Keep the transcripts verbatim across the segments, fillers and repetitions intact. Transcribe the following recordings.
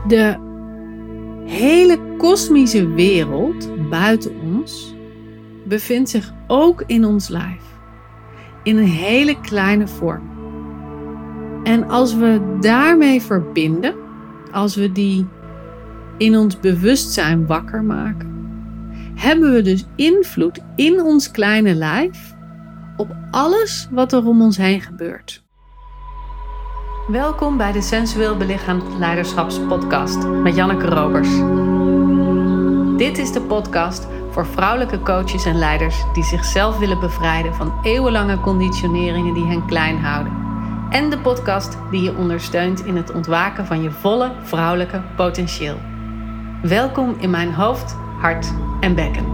De hele kosmische wereld buiten ons bevindt zich ook in ons lijf. In een hele kleine vorm. En als we daarmee verbinden, als we die in ons bewustzijn wakker maken, hebben we dus invloed in ons kleine lijf op alles wat er om ons heen gebeurt. Welkom bij de Sensueel Belichaamd Leiderschapspodcast met Janneke Robers. Dit is de podcast voor vrouwelijke coaches en leiders die zichzelf willen bevrijden van eeuwenlange conditioneringen die hen klein houden. En de podcast die je ondersteunt in het ontwaken van je volle vrouwelijke potentieel. Welkom in mijn hoofd, hart en bekken.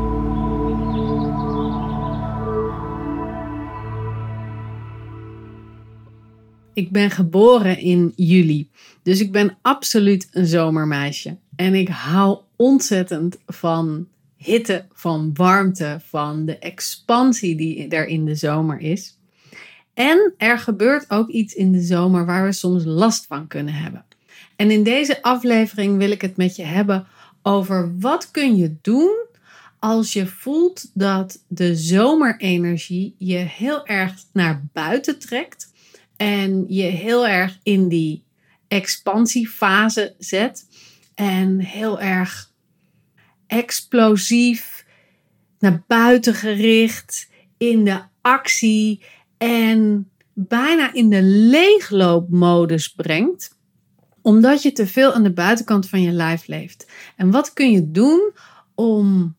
Ik ben geboren in juli, dus ik ben absoluut een zomermeisje. En ik hou ontzettend van hitte, van warmte, van de expansie die er in de zomer is. En er gebeurt ook iets in de zomer waar we soms last van kunnen hebben. En in deze aflevering wil ik het met je hebben over wat kun je doen als je voelt dat de zomerenergie je heel erg naar buiten trekt. En je heel erg in die expansiefase zet. En heel erg explosief, naar buiten gericht, in de actie. En bijna in de leegloopmodus brengt. Omdat je te veel aan de buitenkant van je lijf leeft. En wat kun je doen om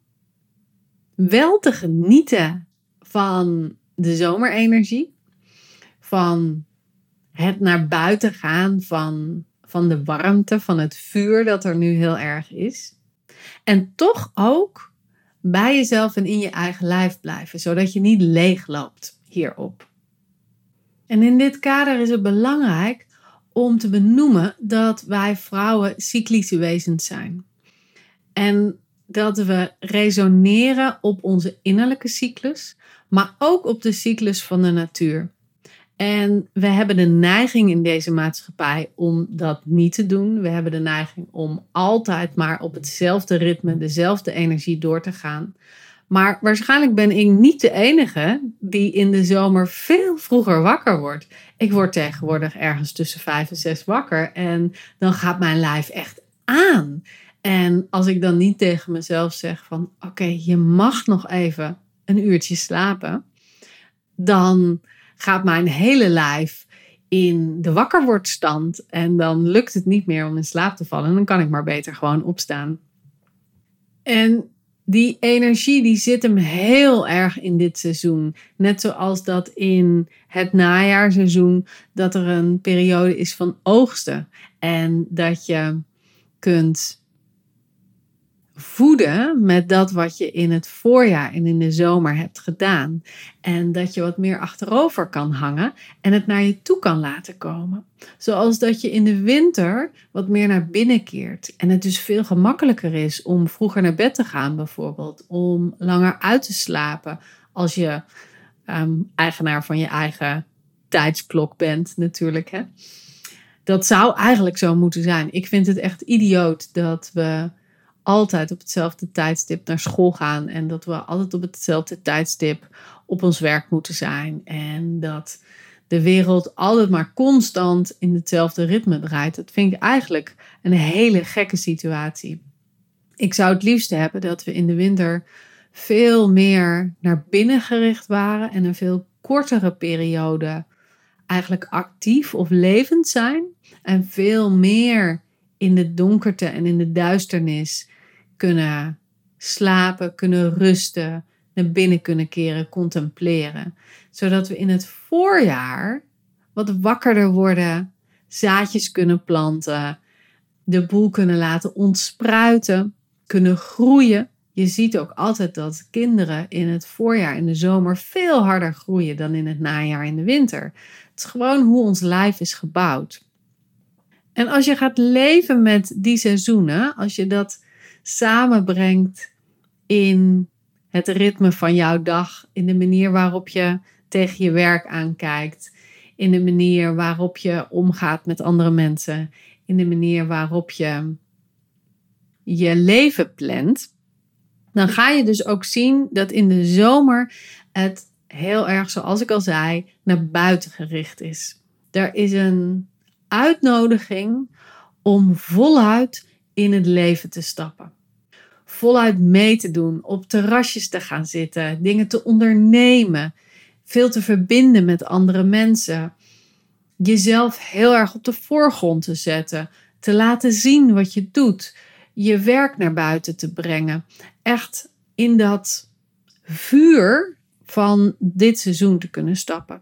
wel te genieten van de zomerenergie? Van het naar buiten gaan van, van de warmte, van het vuur dat er nu heel erg is. En toch ook bij jezelf en in je eigen lijf blijven, zodat je niet leeg loopt hierop. En in dit kader is het belangrijk om te benoemen dat wij vrouwen cyclische wezens zijn. En dat we resoneren op onze innerlijke cyclus, maar ook op de cyclus van de natuur. En we hebben de neiging in deze maatschappij om dat niet te doen. We hebben de neiging om altijd maar op hetzelfde ritme, dezelfde energie door te gaan. Maar waarschijnlijk ben ik niet de enige die in de zomer veel vroeger wakker wordt. Ik word tegenwoordig ergens tussen vijf en zes wakker en dan gaat mijn lijf echt aan. En als ik dan niet tegen mezelf zeg van oké, okay, je mag nog even een uurtje slapen, dan gaat mijn hele lijf in de wakkerwordstand en dan lukt het niet meer om in slaap te vallen. En dan kan ik maar beter gewoon opstaan. En die energie die zit hem heel erg in dit seizoen. Net zoals dat in het najaarseizoen dat er een periode is van oogsten. En dat je kunt voeden met dat wat je in het voorjaar en in de zomer hebt gedaan. En dat je wat meer achterover kan hangen en het naar je toe kan laten komen. Zoals dat je in de winter wat meer naar binnen keert. En het dus veel gemakkelijker is om vroeger naar bed te gaan bijvoorbeeld. Om langer uit te slapen als je um, eigenaar van je eigen tijdsklok bent natuurlijk. Hè? Dat zou eigenlijk zo moeten zijn. Ik vind het echt idioot dat we altijd op hetzelfde tijdstip naar school gaan. En dat we altijd op hetzelfde tijdstip op ons werk moeten zijn. En dat de wereld altijd maar constant in hetzelfde ritme draait. Dat vind ik eigenlijk een hele gekke situatie. Ik zou het liefst hebben dat we in de winter veel meer naar binnen gericht waren. En een veel kortere periode eigenlijk actief of levend zijn. En veel meer in de donkerte en in de duisternis kunnen slapen, kunnen rusten, naar binnen kunnen keren, contempleren. Zodat we in het voorjaar wat wakkerder worden, zaadjes kunnen planten, de boel kunnen laten ontspruiten, kunnen groeien. Je ziet ook altijd dat kinderen in het voorjaar en de zomer veel harder groeien dan in het najaar en de winter. Het is gewoon hoe ons lijf is gebouwd. En als je gaat leven met die seizoenen, als je dat samenbrengt in het ritme van jouw dag, in de manier waarop je tegen je werk aankijkt, in de manier waarop je omgaat met andere mensen, in de manier waarop je je leven plant, dan ga je dus ook zien dat in de zomer het heel erg, zoals ik al zei, naar buiten gericht is. Er is een uitnodiging om voluit in het leven te stappen. Voluit mee te doen, op terrasjes te gaan zitten, dingen te ondernemen, veel te verbinden met andere mensen. Jezelf heel erg op de voorgrond te zetten, te laten zien wat je doet, je werk naar buiten te brengen. Echt in dat vuur van dit seizoen te kunnen stappen.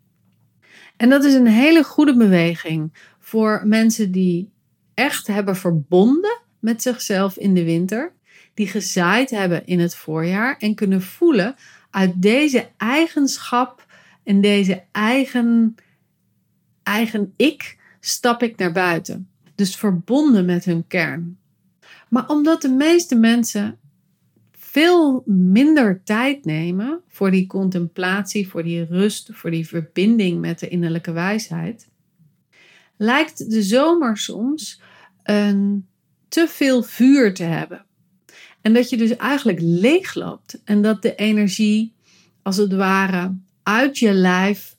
En dat is een hele goede beweging voor mensen die echt hebben verbonden met zichzelf in de winter, die gezaaid hebben in het voorjaar en kunnen voelen uit deze eigenschap en deze eigen, eigen ik stap ik naar buiten. Dus verbonden met hun kern. Maar omdat de meeste mensen veel minder tijd nemen voor die contemplatie, voor die rust, voor die verbinding met de innerlijke wijsheid, lijkt de zomer soms een te veel vuur te hebben. En dat je dus eigenlijk leegloopt en dat de energie als het ware uit je lijf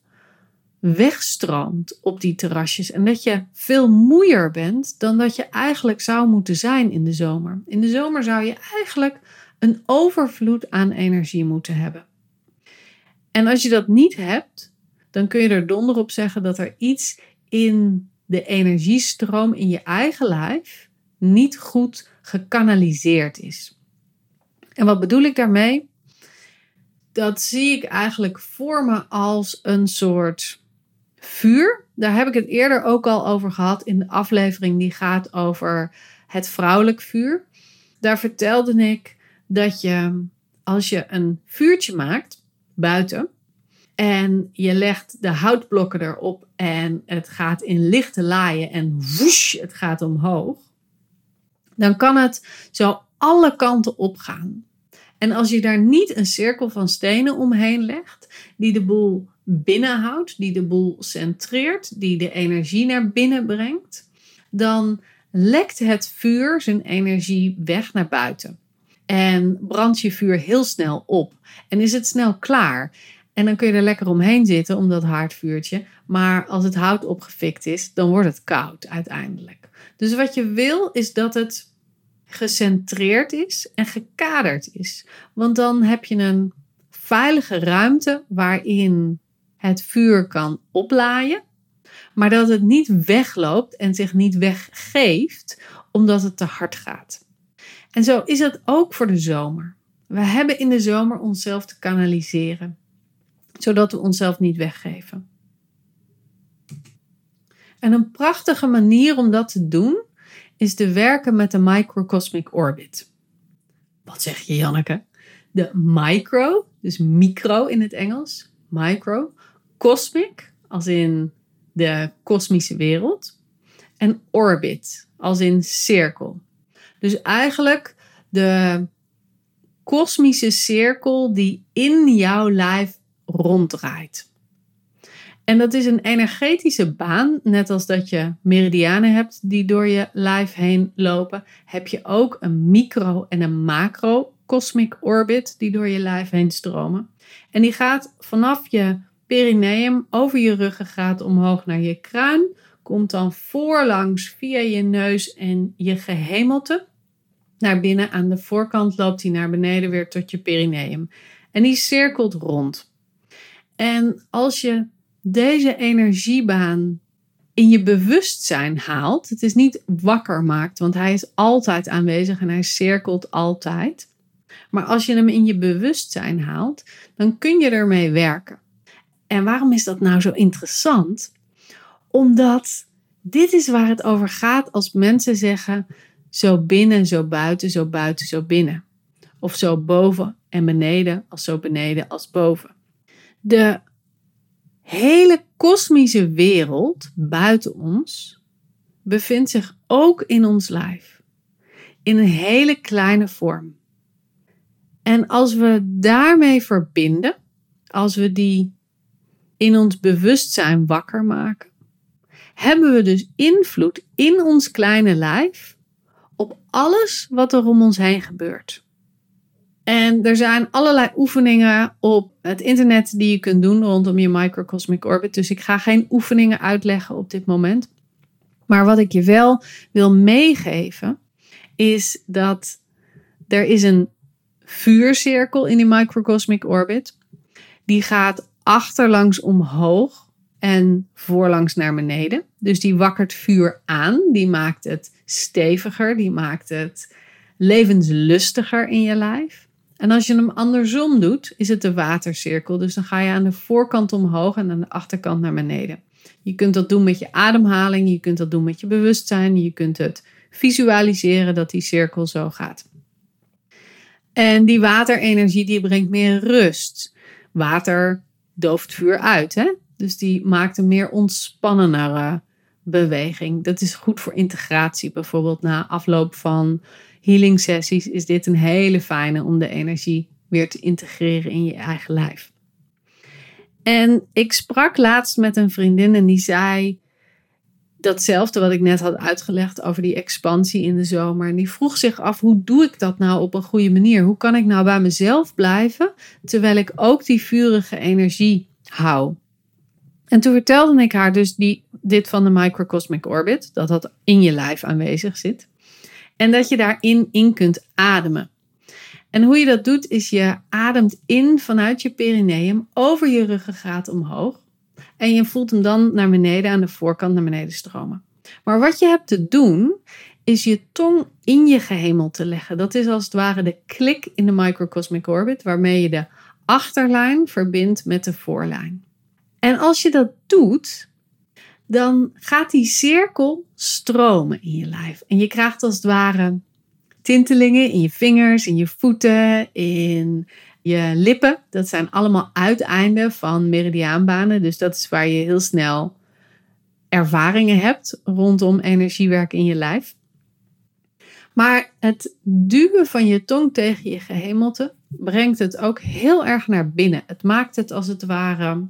wegstroomt op die terrasjes. En dat je veel moeier bent dan dat je eigenlijk zou moeten zijn in de zomer. In de zomer zou je eigenlijk een overvloed aan energie moeten hebben. En als je dat niet hebt, dan kun je er donder op zeggen dat er iets in de energiestroom in je eigen lijf niet goed gekanaliseerd is. En wat bedoel ik daarmee? Dat zie ik eigenlijk voor me als een soort vuur. Daar heb ik het eerder ook al over gehad in de aflevering die gaat over het vrouwelijk vuur. Daar vertelde ik dat je, als je een vuurtje maakt buiten en je legt de houtblokken erop en het gaat in lichte laaien en woesh, het gaat omhoog, dan kan het zo alle kanten opgaan. En als je daar niet een cirkel van stenen omheen legt, die de boel binnenhoudt, die de boel centreert, die de energie naar binnen brengt, dan lekt het vuur zijn energie weg naar buiten. En brandt je vuur heel snel op. En is het snel klaar. En dan kun je er lekker omheen zitten om dat haardvuurtje. Maar als het hout opgefikt is, dan wordt het koud uiteindelijk. Dus wat je wil is dat het gecentreerd is en gekaderd is. Want dan heb je een veilige ruimte waarin het vuur kan oplaaien. Maar dat het niet wegloopt en zich niet weggeeft omdat het te hard gaat. En zo is het ook voor de zomer. We hebben in de zomer onszelf te kanaliseren. Zodat we onszelf niet weggeven. En een prachtige manier om dat te doen is te werken met de microcosmic orbit. Wat zeg je, Janneke? De micro, dus micro in het Engels. Micro. Cosmic, als in de kosmische wereld. En orbit, als in cirkel. Dus eigenlijk de kosmische cirkel die in jouw lijf ronddraait. En dat is een energetische baan, net als dat je meridianen hebt die door je lijf heen lopen, heb je ook een micro- en een macro-cosmic orbit die door je lijf heen stromen. En die gaat vanaf je perineum over je ruggengraat omhoog naar je kruin, komt dan voorlangs via je neus en je gehemelte naar binnen. Aan de voorkant loopt hij naar beneden weer tot je perineum. En die cirkelt rond. En als je deze energiebaan in je bewustzijn haalt, het is niet wakker maakt, want hij is altijd aanwezig en hij cirkelt altijd. Maar als je hem in je bewustzijn haalt, dan kun je ermee werken. En waarom is dat nou zo interessant? Omdat dit is waar het over gaat als mensen zeggen zo binnen, zo buiten, zo buiten, zo binnen. Of zo boven en beneden, als zo beneden als boven. De hele kosmische wereld buiten ons bevindt zich ook in ons lijf. In een hele kleine vorm. En als we daarmee verbinden, als we die in ons bewustzijn wakker maken, hebben we dus invloed in ons kleine lijf op alles wat er om ons heen gebeurt. En er zijn allerlei oefeningen op het internet die je kunt doen rondom je microcosmic orbit. Dus ik ga geen oefeningen uitleggen op dit moment. Maar wat ik je wel wil meegeven is dat er is een vuurcirkel in die microcosmic orbit. Die gaat achterlangs omhoog en voorlangs naar beneden. Dus die wakkert vuur aan. Die maakt het steviger. Die maakt het levenslustiger in je lijf. En als je hem andersom doet, is het de watercirkel. Dus dan ga je aan de voorkant omhoog en aan de achterkant naar beneden. Je kunt dat doen met je ademhaling. Je kunt dat doen met je bewustzijn. Je kunt het visualiseren dat die cirkel zo gaat. En die waterenergie die brengt meer rust. Water dooft vuur uit, hè? Dus die maakt een meer ontspannenere beweging. Dat is goed voor integratie. Bijvoorbeeld na afloop van healing sessies is dit een hele fijne om de energie weer te integreren in je eigen lijf. En ik sprak laatst met een vriendin en die zei datzelfde wat ik net had uitgelegd over die expansie in de zomer. En die vroeg zich af, hoe doe ik dat nou op een goede manier? Hoe kan ik nou bij mezelf blijven, terwijl ik ook die vurige energie hou? En toen vertelde ik haar dus die, dit van de microcosmic orbit, dat dat in je lijf aanwezig zit. En dat je daarin in kunt ademen. En hoe je dat doet is je ademt in vanuit je perineum over je ruggengraat omhoog. En je voelt hem dan naar beneden aan de voorkant naar beneden stromen. Maar wat je hebt te doen is je tong in je gehemelte leggen. Dat is als het ware de klik in de microcosmic orbit waarmee je de achterlijn verbindt met de voorlijn. En als je dat doet, dan gaat die cirkel stromen in je lijf. En je krijgt als het ware tintelingen in je vingers, in je voeten, in je lippen. Dat zijn allemaal uiteinden van meridiaanbanen. Dus dat is waar je heel snel ervaringen hebt rondom energiewerk in je lijf. Maar het duwen van je tong tegen je gehemelte brengt het ook heel erg naar binnen. Het maakt het als het ware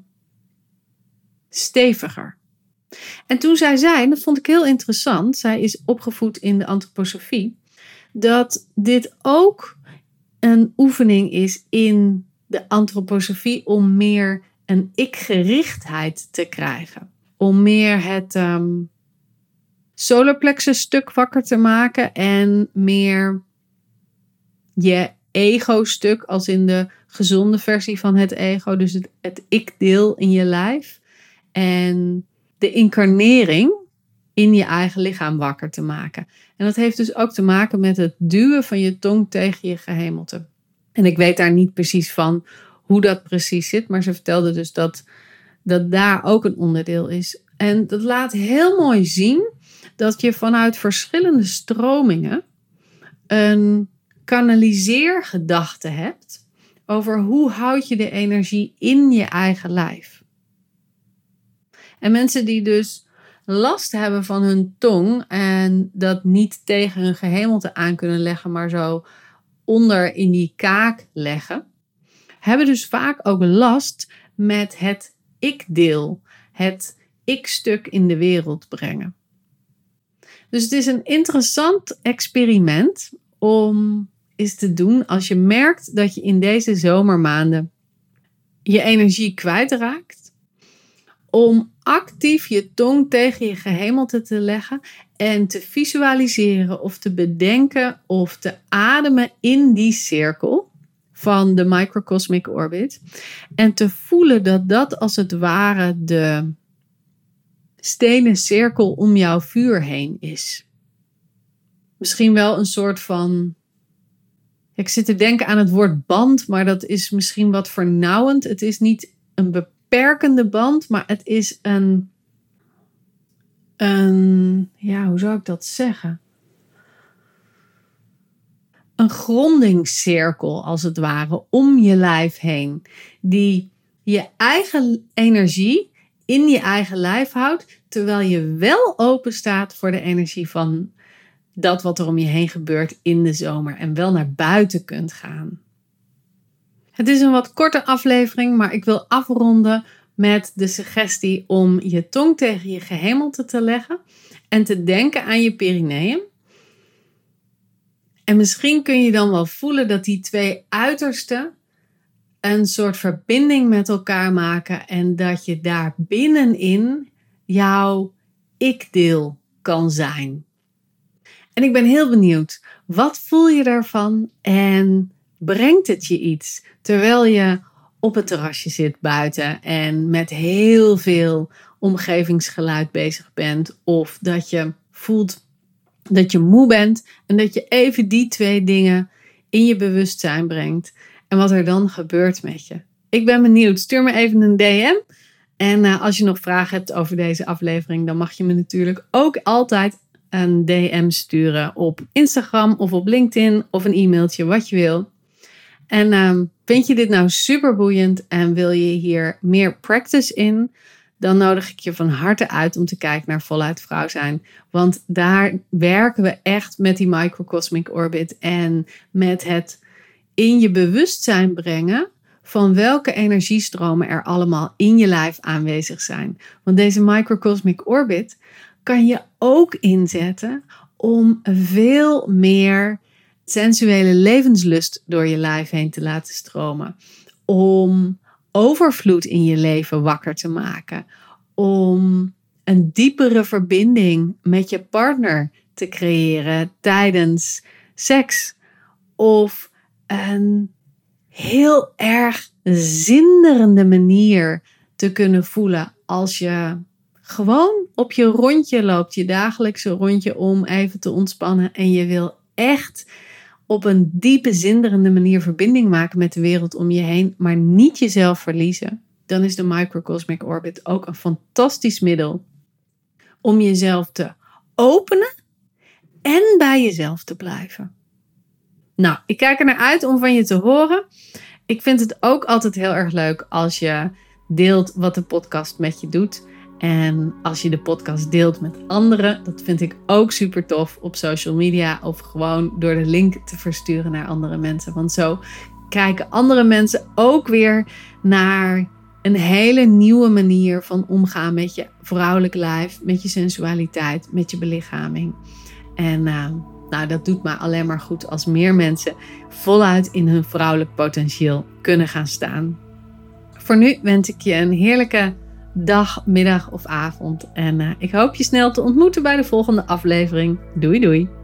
steviger. En toen zij zei, dat vond ik heel interessant, zij is opgevoed in de antroposofie, dat dit ook een oefening is in de antroposofie om meer een ik-gerichtheid te krijgen. Om meer het um, solarplexus stuk wakker te maken en meer je ego-stuk als in de gezonde versie van het ego. Dus het, het ik-deel in je lijf. En de incarnering in je eigen lichaam wakker te maken. En dat heeft dus ook te maken met het duwen van je tong tegen je gehemelte. En ik weet daar niet precies van hoe dat precies zit. Maar ze vertelde dus dat, dat daar ook een onderdeel is. En dat laat heel mooi zien dat je vanuit verschillende stromingen een kanaliseergedachte hebt over hoe houd je de energie in je eigen lijf. En mensen die dus last hebben van hun tong en dat niet tegen hun gehemelte aan kunnen leggen, maar zo onder in die kaak leggen, hebben dus vaak ook last met het ik-deel, het ik-stuk in de wereld brengen. Dus het is een interessant experiment om eens te doen als je merkt dat je in deze zomermaanden je energie kwijtraakt, om actief je tong tegen je gehemelte te leggen en te visualiseren of te bedenken of te ademen in die cirkel van de microcosmic orbit. En te voelen dat dat als het ware de stenen cirkel om jouw vuur heen is. Misschien wel een soort van... Ik zit te denken aan het woord band, maar dat is misschien wat vernauwend. Het is niet een beperkende band, maar het is een... een ja, hoe zou ik dat zeggen? Een grondingscirkel, als het ware, om je lijf heen. Die je eigen energie in je eigen lijf houdt, terwijl je wel open staat voor de energie van dat wat er om je heen gebeurt in de zomer en wel naar buiten kunt gaan. Het is een wat korte aflevering, maar ik wil afronden met de suggestie om je tong tegen je gehemelte te leggen en te denken aan je perineum. En misschien kun je dan wel voelen dat die twee uitersten een soort verbinding met elkaar maken. En dat je daar binnenin jouw ik-deel kan zijn. En ik ben heel benieuwd. Wat voel je daarvan? En brengt het je iets? Terwijl je op het terrasje zit buiten en met heel veel omgevingsgeluid bezig bent. Of dat je voelt dat je moe bent en dat je even die twee dingen in je bewustzijn brengt. En wat er dan gebeurt met je. Ik ben benieuwd. Stuur me even een D M. En uh, als je nog vragen hebt over deze aflevering, dan mag je me natuurlijk ook altijd een D M sturen op Instagram of op LinkedIn of een e-mailtje, wat je wil. En uh, vind je dit nou super boeiend en wil je hier meer practice in, dan nodig ik je van harte uit om te kijken naar Voluit Vrouw Zijn. Want daar werken we echt met die microcosmic orbit en met het in je bewustzijn brengen van welke energiestromen er allemaal in je lijf aanwezig zijn. Want deze microcosmic orbit kan je ook inzetten om veel meer sensuele levenslust door je lijf heen te laten stromen. Om overvloed in je leven wakker te maken. Om een diepere verbinding met je partner te creëren tijdens seks. Of een heel erg zinderende manier te kunnen voelen als je gewoon op je rondje loopt, je dagelijkse rondje om even te ontspannen en je wil echt op een diepe, zinderende manier verbinding maken met de wereld om je heen, maar niet jezelf verliezen, dan is de Microcosmic Orbit ook een fantastisch middel om jezelf te openen en bij jezelf te blijven. Nou, ik kijk er naar uit om van je te horen. Ik vind het ook altijd heel erg leuk als je deelt wat de podcast met je doet. En als je de podcast deelt met anderen, dat vind ik ook super tof op social media of gewoon door de link te versturen naar andere mensen. Want zo kijken andere mensen ook weer naar een hele nieuwe manier van omgaan met je vrouwelijk lijf, met je sensualiteit, met je belichaming. En uh, nou, dat doet me alleen maar goed als meer mensen voluit in hun vrouwelijk potentieel kunnen gaan staan. Voor nu wens ik je een heerlijke dag, middag of avond. En uh, ik hoop je snel te ontmoeten bij de volgende aflevering. Doei doei!